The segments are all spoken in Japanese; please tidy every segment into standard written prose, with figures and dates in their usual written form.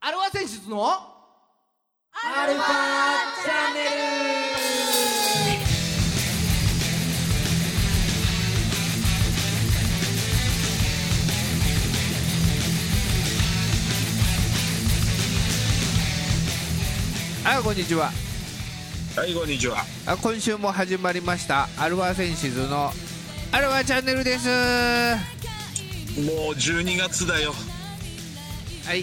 アルファ選出のアルファチャンネル。 こんにちは。 はい、こんにちは。 今週も始まりましたアルファセンシズのアルファチャンネルです。 もう12月だよ。 はい、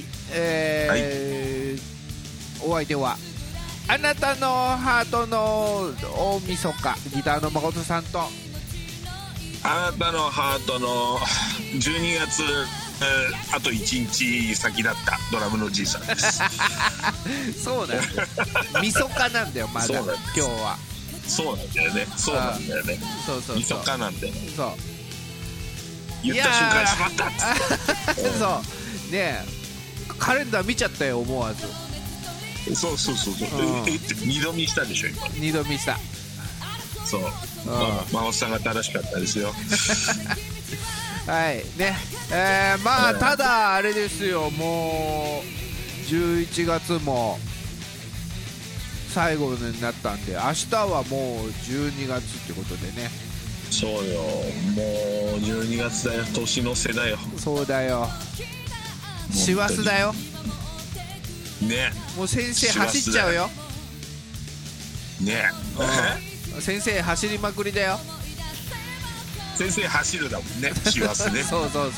お相手はあなたのハートの大晦日ギターの誠さんと、 あなたのハートの12月、あと1日先だったドラムのじいさんですそうなんだよ晦日なんだよまだ今日は。 そうなんだよね。そうなんだよね。 そう晦日なんだよ。 そう言った瞬間しまったっつってそうねえ、カレンダー見ちゃったよ思わず。 そう二度見したでしょ今。 二度見した。 そう、真帆さんが正しかったですよはいね、まあただあれですよ、もう11月も最後になったんで、明日はもう12月ってことでね。 そうよ、もう12月だよ。年の瀬だよ。 そうだよ、師走だよね。 もう先生走っちゃうよね先生走りまくりだよ。 先生走るだもんね、師走ねそうそう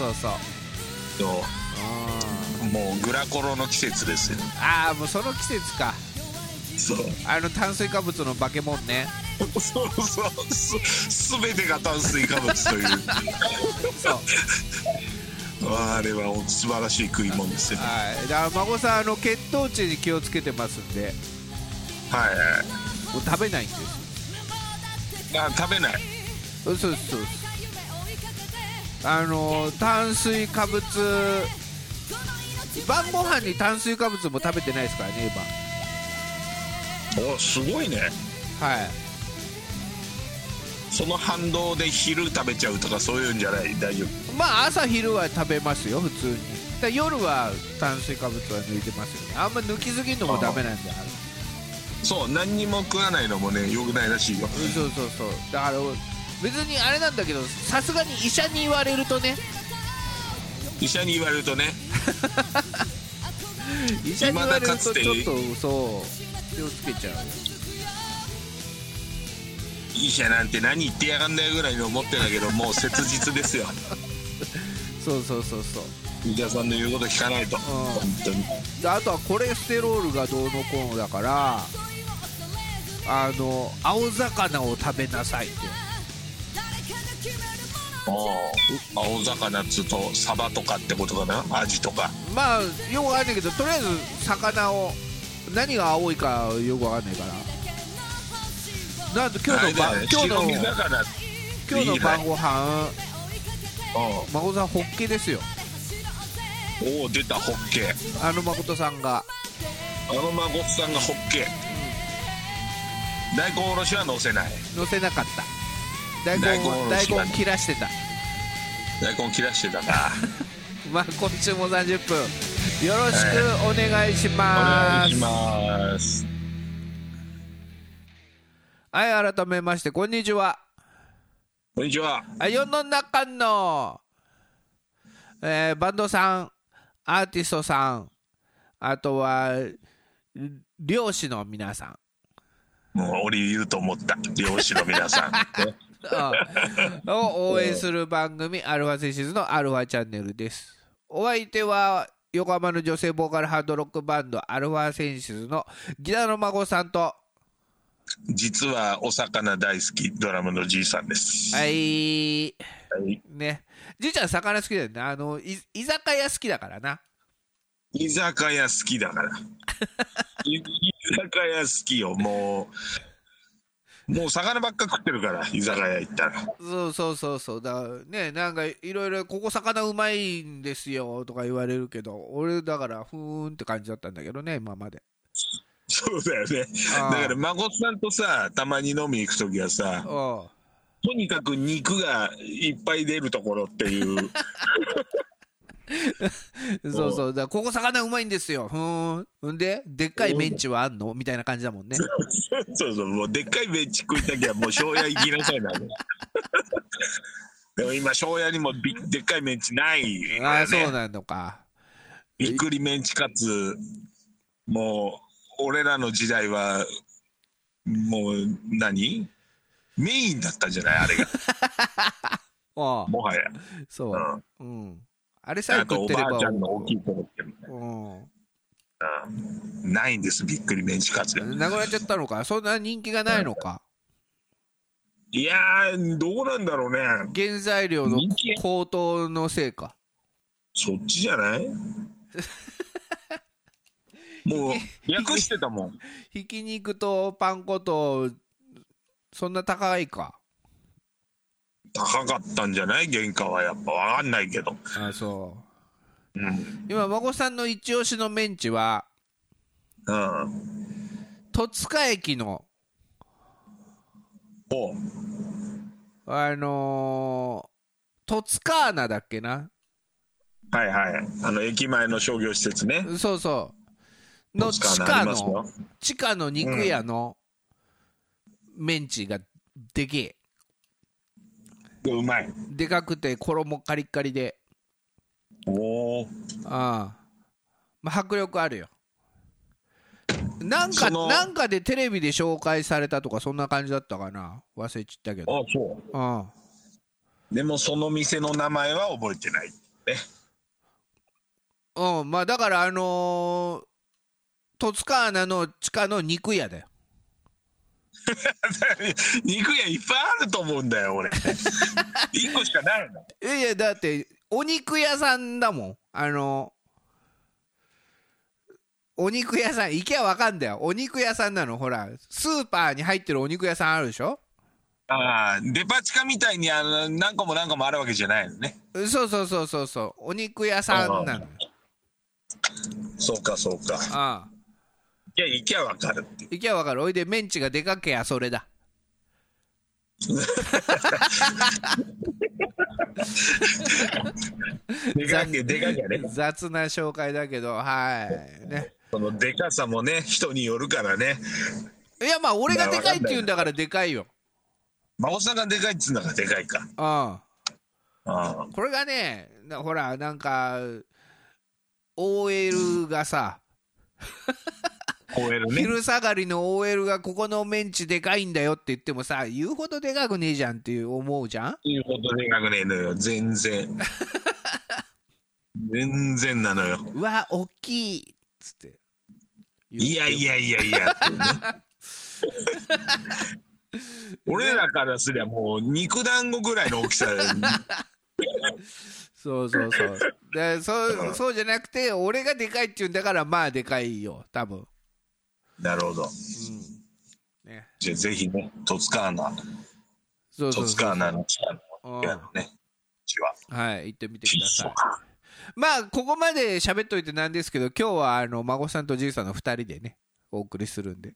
もうグラコロの季節ですよ。 もうその季節か。 そう炭水化物の化け物ねそう全てが炭水化物というそうあれは素晴らしい食い物ですよ。 はい、だから孫さん血糖値に気をつけてますんで、 はいもう食べないんですよ。 食べない。 そう炭水化物、晩ご飯に炭水化物も食べてないですからねお、すごいね。 今。はい、 その反動で昼食べちゃうとかそういうんじゃない？大丈夫？ まあ朝昼は食べますよ普通に。だ夜は炭水化物は抜いてますよね。あんま抜きすぎるのもダメなんだ。 そう、何にも食わないのもね良くないらしいよ。 そうだから別にあれなんだけど、さすがに医者に言われるとね医者に言われるとね医者に言われるとちょっとそう気をつけちゃう。 医者なんて何言ってやがんないぐらいに思ってたけど、もう切実ですよそう医者さんの言うこと聞かないと、本当に。 であとはコレステロールがどうのこうのだから、青魚を食べなさいって。 青魚っつうとサバとかってことかな、アジとか。 まあよくわかんないけど、とりあえず魚を、何が青いかよくわかんないから、なんと今日の晩ご飯孫さんホッケですよ。 おお、出たホッケ。 誠さんが誠さんがホッケ、大根おろしは乗せない。 乗せなかった。大根切らしてた。 大根切らしてたかまあ今週も30分よろしくお願いします。 お願いします。 はい、改めましてこんにちは。 こんにちは。 世の中の、バンドさん、アーティストさん、あとは漁師の皆さん、 もう俺言うと思った、漁師の皆さんを応援する番組アルファセンシズのアルファチャンネルです。お相手は横浜の女性ボーカルハードロックバンドアルファセンシズのギターの孫さんと、 実はお魚大好きドラムのじいさんです。 はいね、じいちゃん魚好きだよね。居酒屋好きだからな。 居酒屋好きだから居酒屋好きよ。もう魚ばっか食ってるから、居酒屋行ったら。 そうだからね、なんかいろいろここ魚うまいんですよとか言われるけど、俺だからふーんって感じだったんだけどね今まで。 そうだよね。だから孫さんとさたまに飲み行く時はさ、とにかく肉がいっぱい出るところっていうそうそう、だからここ魚うまいんですよ。んででっかいメンチはあんのみたいな感じだもんね。 そうそう、もうでっかいメンチ食いたきゃもう庄屋行きなさいな。でも今庄屋にもでっかいメンチない、ね、 ああそうなのか。 びっくりメンチカツ、もう俺らの時代はもう何メインだったんじゃないあれが。 ああもはやそう、うんあれさえ食ってれば。 あとおばあちゃんの大きいコロッケもね、ないんです、びっくりメンチカツが。 なくなっちゃったのか。そんな人気がないのか。 いやー、どうなんだろうね。 原材料の高騰のせいか。 そっちじゃないもう略してたもん。 ひき肉とパン粉とそんな高いか。 高かったんじゃない原価は。やっぱ分かんないけど。 あそう、 今孫さんの一押しのメンチは戸塚駅の戸塚穴だっけな。 はいはい、駅前の商業施設ね。 そうそうの地下の肉屋のメンチがでけえ、 うまい。 でかくて衣カリッカリで、まあ、迫力あるよ。なんかでテレビで紹介されたとかそんな感じだったかな、忘れちったけど。 でもその店の名前は覚えてないね。 まあだから戸塚穴の地下の肉屋だよ。 肉屋いっぱいあると思うんだよ俺。1個しかないの。 いやだってお肉屋さんだもん。お肉屋さん行けばわかんだよ。お肉屋さんなの。ほらスーパーに入ってるお肉屋さんあるでしょ。 デパ地下みたいに何個も何個もあるわけじゃないのね。 そうお肉屋さんなの。 そうかそうか。いや行きゃわかるって。 行きゃわかる。おいでメンチがでかけやそれだ。 でかけね。 雑な紹介だけど、はいね。 そのでかさもね人によるからね。 いやまあ俺がでかいって言うんだからでかいよ。 孫さんがでかいっつうんだからでかいか。 これがねほらなんか OL がさ OL ね、 昼下がりの OL がここのメンチでかいんだよって言ってもさ、言うほどでかくねえじゃんって思うじゃん。 言うほどでかくねえのよ全然。全然なのよ。 うわ大きいっつっていやってね。俺らからすりゃもう肉団子ぐらいの大きさ。 そうでそうじゃなくて俺がでかいって言うんだからまあでかいよ多分。 なるほど、 ね、 じゃあぜひね戸塚穴の地下のねはい行ってみてください。まあここまで喋っといてなんですけど、今日は孫さんとじいさんの2人でねお送りするんで、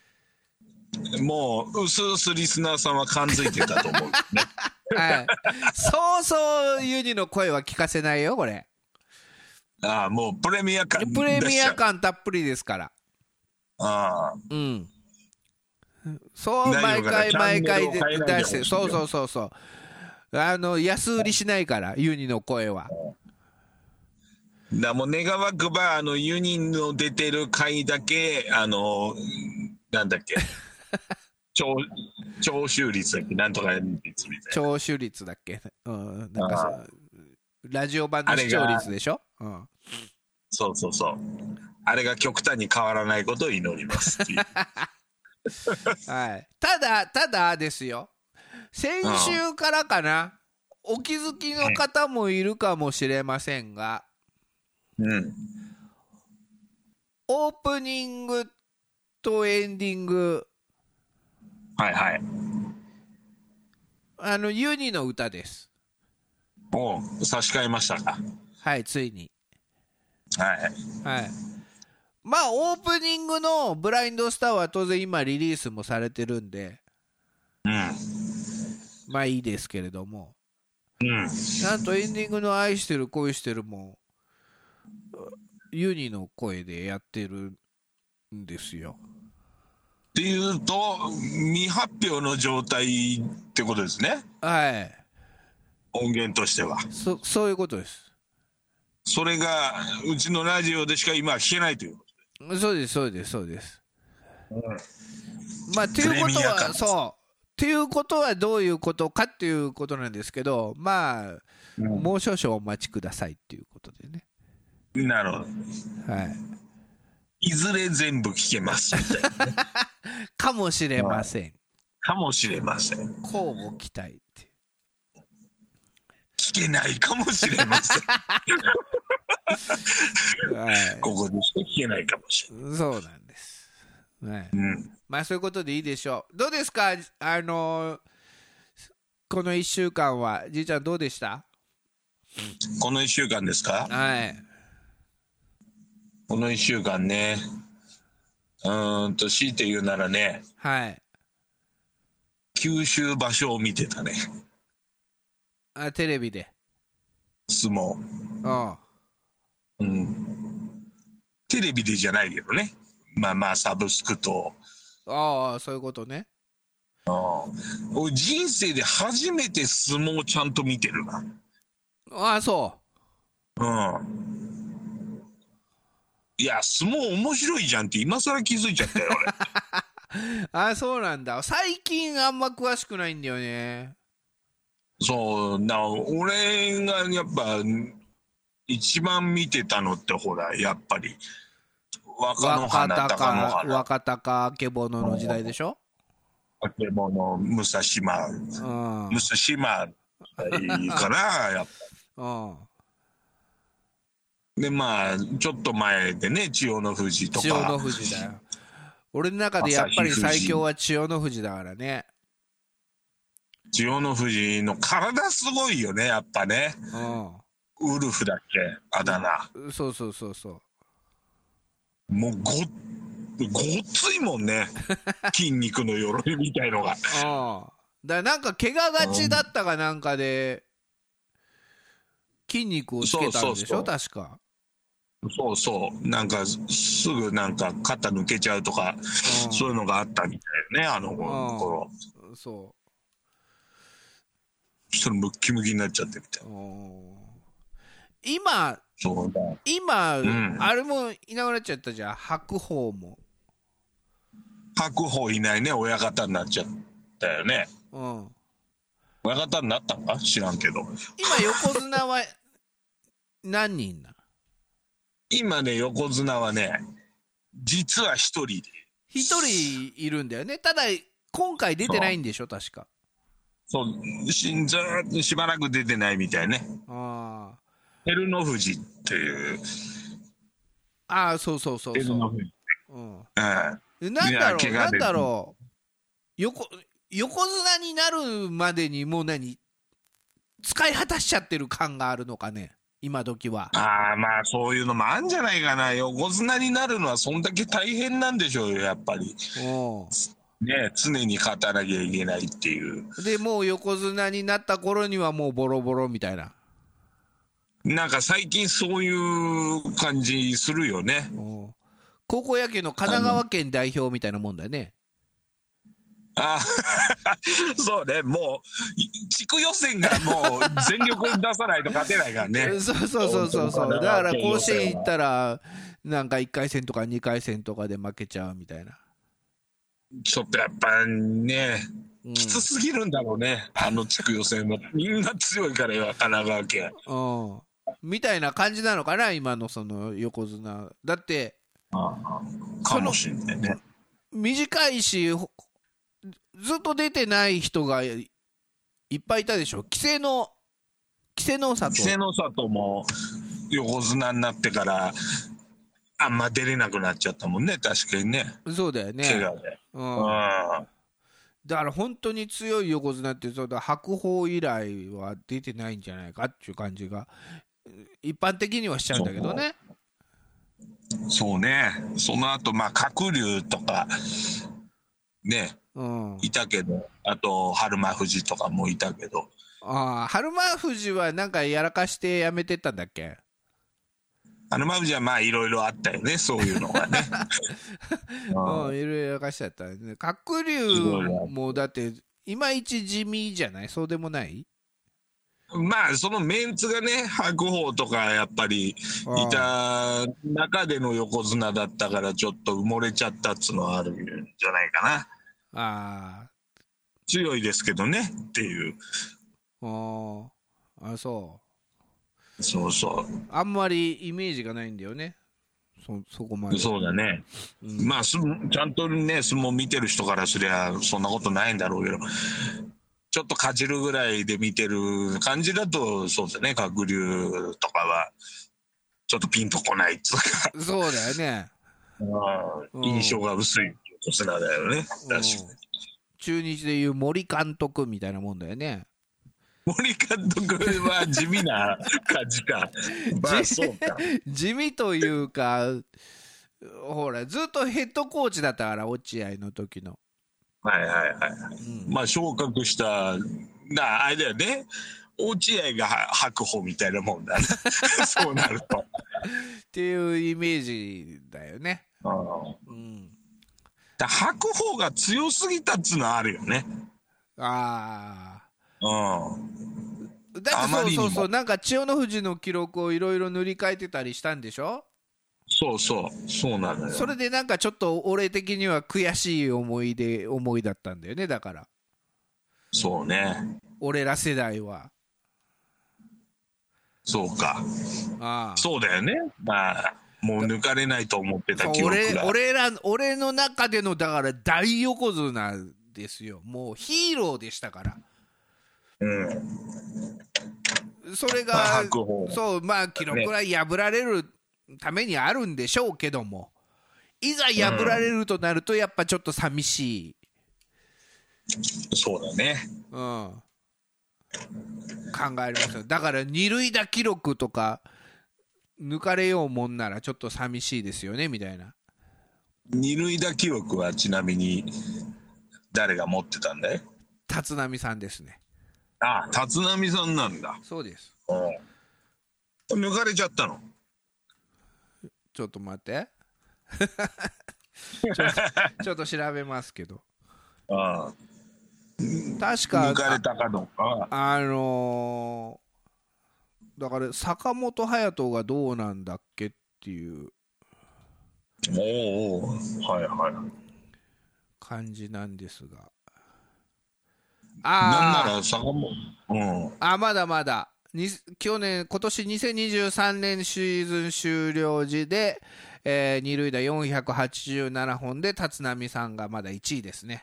もううすうすリスナーさんは感づいてたと思うね。 はい、そうユニの声は聞かせないよこれ。 もうプレミア感たっぷりですから。そう毎回で出して、そう安売りしないからユニの声は。 もう願わくばユニの出てる回だけなんだっけ聴取率だっけなんとか率みたいな。 聴取率だっけ、なんかさラジオ版の視聴率でしょ。 そうあれが極端に変わらないことを祈りますっていう。 はい、ただですよ、先週からかな、お気づきの方もいるかもしれませんが、オープニングとエンディング、ユニの歌です。 差し替えましたか。 はい、ついに。 はい。 まあオープニングのブラインドスターは当然今リリースもされてるんで、まあいいですけれども、 なんとエンディングの愛してる恋してるもユニの声でやってるんですよ。 っていうと未発表の状態ってことですね。 はい。 音源としては。 そういうことです。 それがうちのラジオでしか今は聞けないという。 そうですそうですそうです。まあっていうことはそうっていうことはどういうことかっていうことなんですけど、まあ、もう少々お待ちくださいっていうことでね。 なるほど。 はい。 いずれ全部聞けますみたいなね。 かもしれません。 かもしれません。 こうご期待って。 聞けないかもしれません。 はい、 ここでしか聞けないかもしれない。 そうなんです。はい。まあそういうことでいいでしょう。どうですか、この1週間はじいちゃんどうでした？ この1週間ですか？ はい。 この1週間ね、強いて言うならね、 はい。 九州場所を見てたね。 テレビで。 相撲。テレビでじゃないけどね。まあサブスクと。 そういうことね。 俺人生で初めて相撲ちゃんと見てるな。 そう。 いや相撲面白いじゃんって今更気づいちゃったよ俺。そうなんだ。最近あんま詳しくないんだよね。 そう俺がやっぱ一番見てたのってほらやっぱり若乃花貴乃花若貴あけぼのの時代でしょ。 あけぼの武蔵島かなやっぱ。でまあちょっと前でね千代の富士とか。 千代の富士だよ。俺の中でやっぱり最強は千代の富士だからね。 千代の富士の体すごいよねやっぱね。ウルフだっけあだ名。 そうもうごっついもんね筋肉の鎧みたいのが。だからなんか怪我がちだったかなんかで筋肉をつけたんでしょ確か。 そうなんかすぐなんか肩抜けちゃうとか、そういうのがあったみたいねあの頃。 そうそしたらムッキムキになっちゃってみたい。 今、あれもいなくなっちゃったじゃん。白鵬も。 白鵬いないね。親方になっちゃったよね。親方になったのか知らんけど。 今横綱は何人な？ 今ね横綱はね実は一人いるんだよね。ただ今回出てないんでしょ確か。 そうしばらく出てないみたいね。照ノ富士っていう。 そう照ノ富士。 なんだろう横綱になるまでにもう使い果たしちゃってる感があるのかね今時は。 まあそういうのもあるんじゃないかな。横綱になるのはそんだけ大変なんでしょうよやっぱり。ね、常に勝たなきゃいけないっていう。 でもう横綱になった頃にはもうボロボロみたいな。 なんか最近そういう感じするよね。 高校野球の神奈川県代表みたいなもんだよね。 そうね、もう地区予選がもう全力出さないと勝てないからね。 そうだから甲子園行ったらなんか1回戦とか2回戦とかで負けちゃうみたいな。 ちょっとやっぱね、きつすぎるんだろうね、地区予選は。みんな強いからよ、神奈川県。 みたいな感じなのかな、今のその横綱。だって、 かもしれないね。 短いし、ずっと出てない人がいっぱいいたでしょ。稀勢の里も横綱になってから、あんま出れなくなっちゃったもんね、確かにね。 そうだよね。 怪我で。 だから本当に強い横綱って白鵬以来は出てないんじゃないかっていう感じが一般的にはしちゃうんだけどね。 そうね。その後鶴竜とかね、いたけど、あと春馬富士とかもいたけど、 ああ、春馬富士はなんかやらかしてやめてったんだっけ？ 春馬富士はまあいろいろあったよね、そういうのがね。 うん、いろいろやらかしちゃったね。鶴竜もだっていまいち地味じゃない？そうでもない？ まあそのメンツがね、白鵬とかやっぱりいた中での横綱だったからちょっと埋もれちゃったっつうのはあるんじゃないかな。 ああ、 強いですけどねっていう。 あ、 そうそう。 あんまりイメージがないんだよね。そこまで。 そうだね。まあちゃんとね、相撲見てる人からすりゃそんなことないんだろうけど、ちょっとかじるぐらいで見てる感じだと、そうだね、鶴竜とかはちょっとピンとこないっつうか。 そうだよね。 印象が薄い横綱だよね。確かに。 中日でいう森監督みたいなもんだよね。 森監督は地味な感じか。まあそうか。 地味というか、ほらずっとヘッドコーチだったから、落合の時の。 はいはいはい。まあ昇格したあれだよね。落合が白鵬みたいなもんだね。そうなると。 っていうイメージだよね。 白鵬が強すぎたっつうのはあるよね。 ああ。だあってそう、なんか千代の富士の記録をいろいろ塗り替えてたりしたんでしょ？ そうなのよ。 それでなんかちょっと俺的には悔しい思いだったんだよね。だからそうね、 俺ら世代は。 そうか。 ああ、 そうだよね。まあもう抜かれないと思ってた記録が。 俺の中でのだから大横綱ですよ。もうヒーローでしたから。それがそうまあ記録は破られるためにあるんでしょうけども、いざ破られるとなるとやっぱちょっと寂しい。 そうだね。 考えますよ。だから二塁打記録とか抜かれようもんならちょっと寂しいですよねみたいな。 二塁打記録はちなみに誰が持ってたんだい？ 立浪さんですね。 ああ、立浪さんなんだ。 そうです。 抜かれちゃったの？ ちょっと待ってちょっと調べますけど。確か抜かれたかどうか。 だから坂本勇人がどうなんだっけっていう感じなんですが、 なんなら坂本、 まだまだ今年2023年シーズン終了時で、二塁打487本で立浪さんがまだ1位ですね。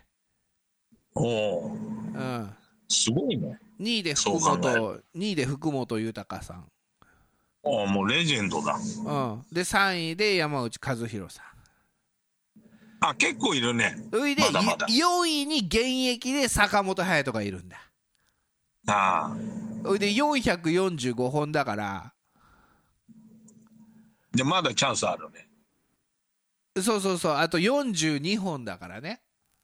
すごいね。 2位で福本豊さん。 もうレジェンドだ。 で3位で山内和弘さん。 結構いるね。 それでま4位に現役で坂本勇人がいるんだ。それで445本だから。 でまだチャンスあるね。 そうあと42本だからね。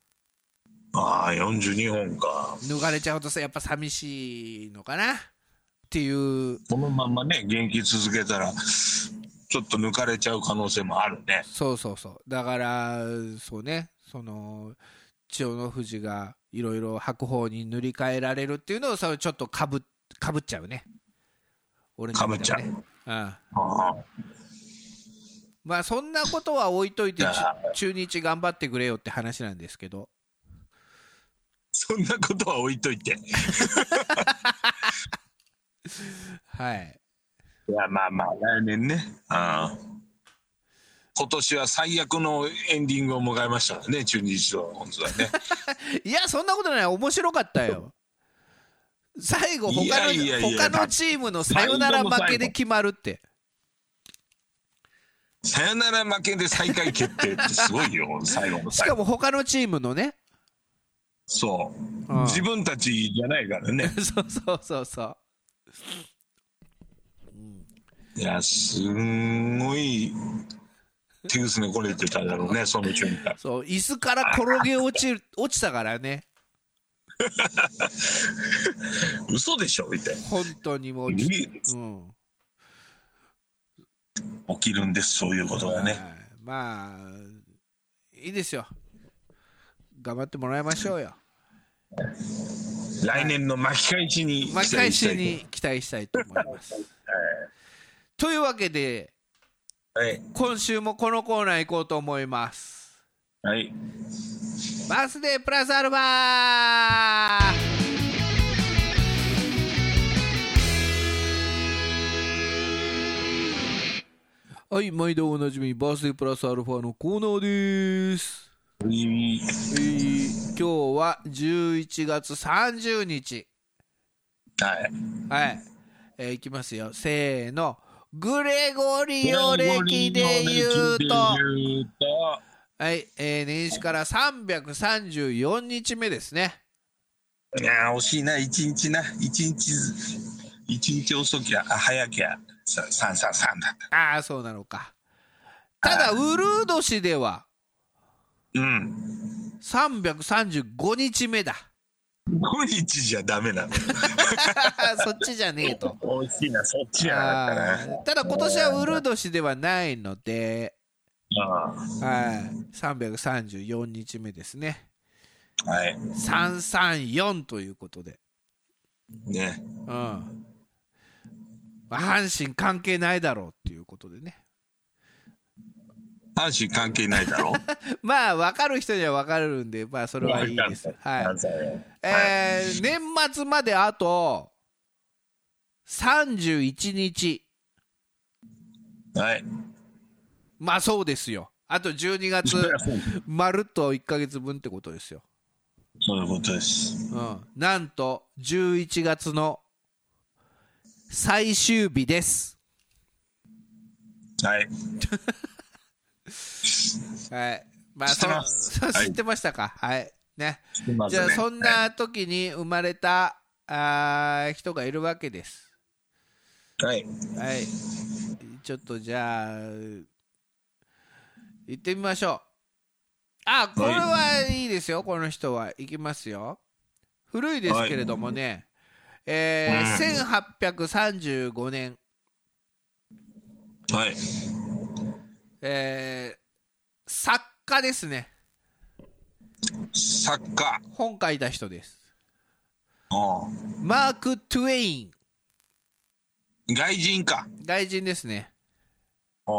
42本か。 抜かれちゃうとさやっぱ寂しいのかなっていう。 このままね現役続けたらちょっと抜かれちゃう可能性もあるね。 そうだからそうね、その千代の富士がいろいろ白鵬に塗り替えられるっていうのをちょっとかぶっちゃうね。俺の中でね。かぶっちゃう。まあそんなことは置いといて中日頑張ってくれよって話なんですけど。 そんなことは置いといてはい。 いやまあ来年ね。今年は最悪のエンディングを迎えましたね、中日ドラゴンズはね。 いやそんなことない、面白かったよ。最後他のチームのサヨナラ負けで決まるって。 サヨナラ負けで最下位決定ってすごいよ最後の最後。 しかも他のチームのね。 そう、自分たちじゃないからね。 そう。 いやすんごい手ぐすねこれてただろうねその瞬間。 そう椅子から転げ落ちたからね。 嘘でしょみたいな。 本当にもう、うん、 起きるんです、そういうことがね。 まあいいですよ、頑張ってもらいましょうよ。 来年の巻き返しに期待したいと思います。というわけで、 はい、 今週もこのコーナー行こうと思います。 はい、 バースデープラスアルファ。はい、毎度おなじみバースデープラスアルファのコーナーです。今日は11月30日。はい、いきますよ、せーの。グレゴリオ暦で言うと、はい、年始から334日目ですね。 いや惜しいな、1日遅きゃ早きゃ333だった。 ああ、そうなのか。ただウルー年では335日目だ。 5日じゃダメなのそっちじゃねえと。 惜しいな、そっちじゃなかったな。 ただ今年はウルー年ではないので、334日目ですね。 はい、 334ということでね、 阪神関係ないだろうっていうことでね。 阪神関係ないだろうまあ分かる人には分かるんで、まあそれはいいです。年末まであと31日。 はい、 まあそうですよ、あと12月まるっと1ヶ月分ってことですよ。 そういうことです。 なんと11月の最終日です。 はいはい、まあ知ってましたか。はいね。じゃあそんな時に生まれた人がいるわけです。 はい、 はい、ちょっとじゃあ行ってみましょう。これはいいですよ、この人は。行きますよ。古いですけれどもね、1835年、 はい、 作家ですね。 作家、 本書いた人です。マーク・トゥエイン。 外人か。 外人ですね。 マ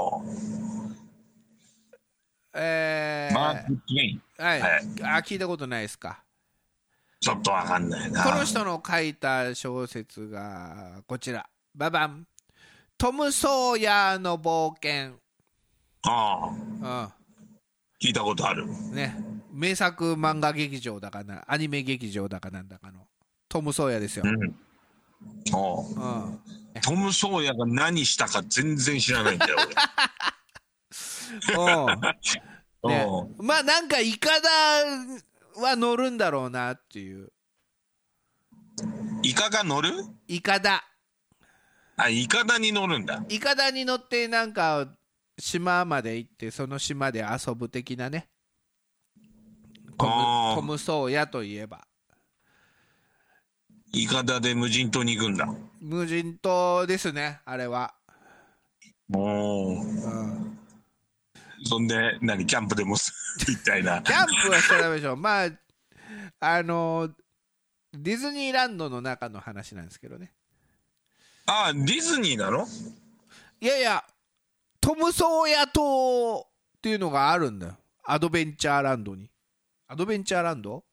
ーク・トゥエイン。 はい、聞いたことないですか。 ちょっとわかんないな。 この人の書いた小説がこちら、ババン、トム・ソーヤーの冒険。 聞いたことあるね。名作漫画劇場だかな、アニメ劇場だかなんだかのトム・ソーヤですよ。 トム・ソーヤが何したか全然知らないんだよね、まあなんかイカダは乗るんだろうなっていう。 イカが乗る？ イカダ。 イカダに乗るんだ。 イカダに乗ってなんか島まで行って、その島で遊ぶ的なね。トム・ソーヤといえばイカダで無人島に行くんだ。 無人島ですね、あれは。 そんでキャンプでもみたいな。 キャンプはしちゃダメでしょ。まあディズニーランドの中の話なんですけどね。 ディズニーなの？ いやいや、トム・ソーヤ島っていうのがあるんだよ、アドベンチャーランドに。アドベンチャーランド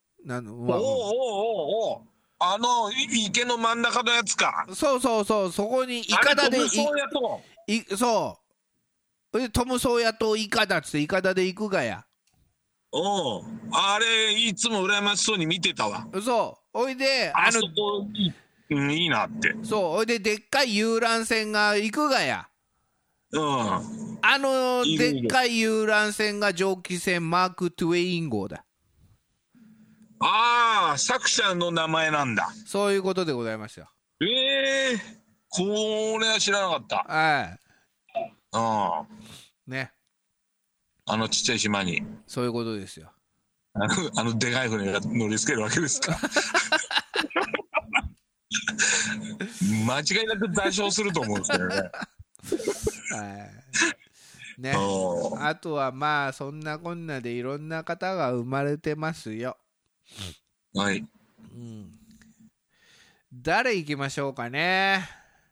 池の真ん中のやつか。 そう、そこにイカダでトム・ソーヤ島。 そうで、トム・ソーヤ島イカダっつってイカダで行くがや。 あれいつも羨ましそうに見てたわ。 おいでそこいいなって。 おいで、でっかい遊覧船が行くがや。でっかい遊覧船が蒸気船マーク・トゥエイン号だ。 作者の名前なんだ。 そういうことでございますよ。 これは知らなかった。 ね。 ちっちゃい島に。 そういうことですよ。 でかい船が乗りつけるわけですか。間違いなく座礁すると思うんですけどね。 はいね、あとはまあそんなこんなでいろんな方が生まれてますよ。 はい。 誰行きましょうかね。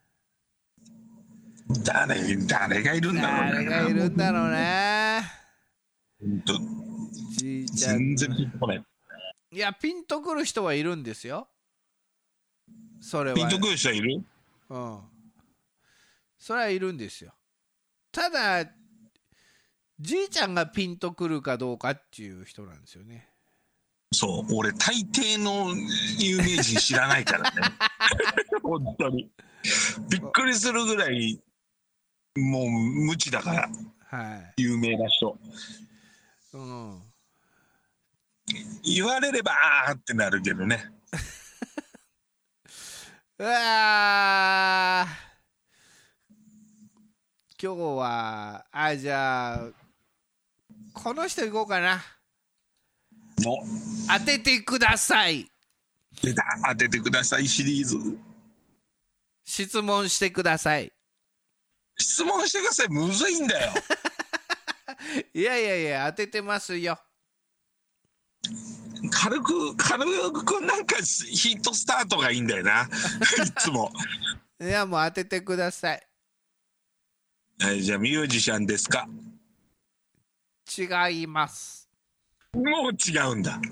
誰がいるんだろうね。 誰がいるんだろうね。 じいちゃん全然ピンとこない。 いや、ピンとくる人はいるんですよ。それは。 ピンとくる人はいる？ それはいるんですよ。ただ、じいちゃんがピンとくるかどうかっていう人なんですよね。 そう、俺大抵の有名人知らないからね。本当に。びっくりするぐらい、もう無知だから。はい。有名な人。言われればあーってなるけどね。 うわー。今日はじゃあこの人いこうかな。当ててください。 出た、当ててくださいシリーズ。 質問してください。 質問してください。むずいんだよ。 いや当ててますよ。 軽くなんかヒットスタートがいいんだよな。いつも。 いや、もう当ててください。 はい、じゃあミュージシャンですか？ 違います。 もう違うんだ。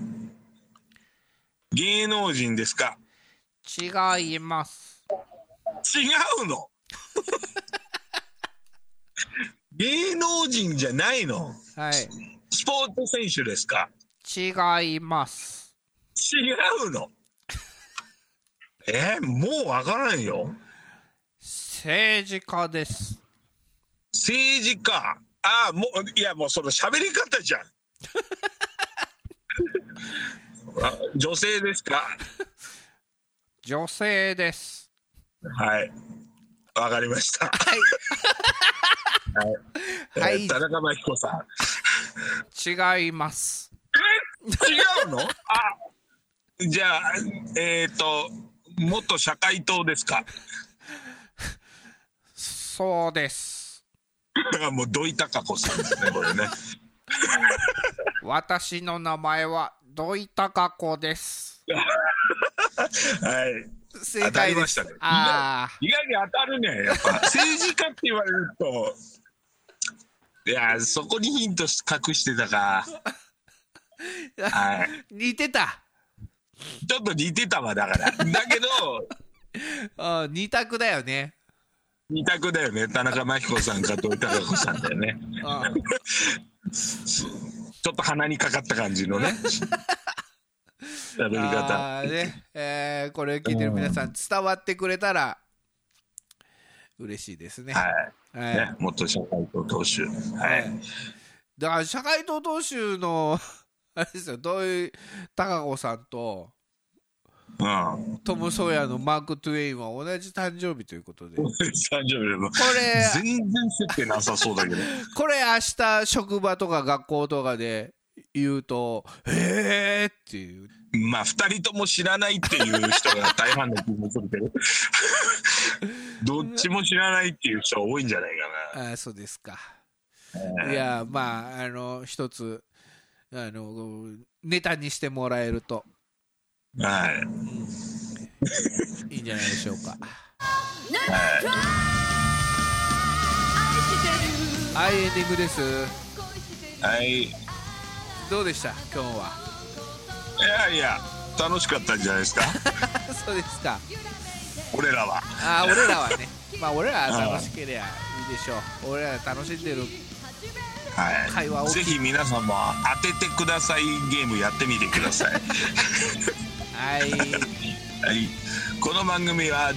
芸能人ですか？ 違います。 違うの？芸能人じゃないの？ はい。 スポーツ選手ですか？ 違います。 違うの？もうわからんよ。 政治家です。 政治家。もうその喋り方じゃん。女性ですか？ 女性です。 はい、わかりました。 はい、 田中真紀子さん。違います。 違うの？じゃあ元社会党ですか？ そうです。 もう土井孝子さんですね、これね。 私の名前は土井孝子です。 はい。 正解です。 当たりましたね。意外に当たるね。やっぱ政治家って言われると、いやそこにヒント隠してたか。はい。 似てた。 ちょっと似てたわだから。だけど二択だよね。 二択だよね。田中真紀子さんか土井孝子さんだよね。ちょっと鼻にかかった感じのね。喋り方。 ね、これを聞いてる皆さん伝わってくれたら嬉しいですね。 はい。ね、元社会党党首。はい。 だから社会党党首のあれですよ、土井孝子さんと。トム・ソーヤのマーク・トゥエインは同じ誕生日ということで。 誕生日でもこれ全然接点なさそうだけど。 これ明日職場とか学校とかで言うとへーっていう。 まあ2人とも知らないっていう人が大半の気もするけどどっちも知らないっていう人が多いんじゃないかな。 そうですか。いやまあ一つネタにしてもらえると。 はい、 いいんじゃないでしょうか。はい、エンディングです。 はい。 どうでした今日は？ いや楽しかったんじゃないですか。 そうですか。 俺らは俺らはね、まあ俺らは楽しければいいでしょう。俺ら楽しんでる会話を、 ぜひ皆さんも当ててくださいゲームやってみてください。 はい、 はい、この番組は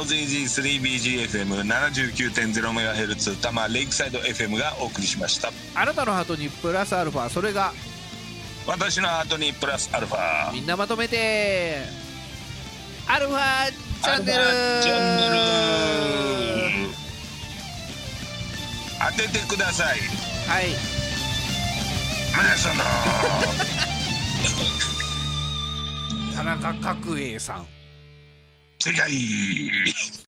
JOZZ3BGFM79.0MHz 多摩レイクサイド FM がお送りしました。 あなたのハートにプラスアルファ、それが私のハートにプラスアルファ、 みんなまとめてアルファチャンネル当ててください。 はい、 皆様田中角栄さん。 正解。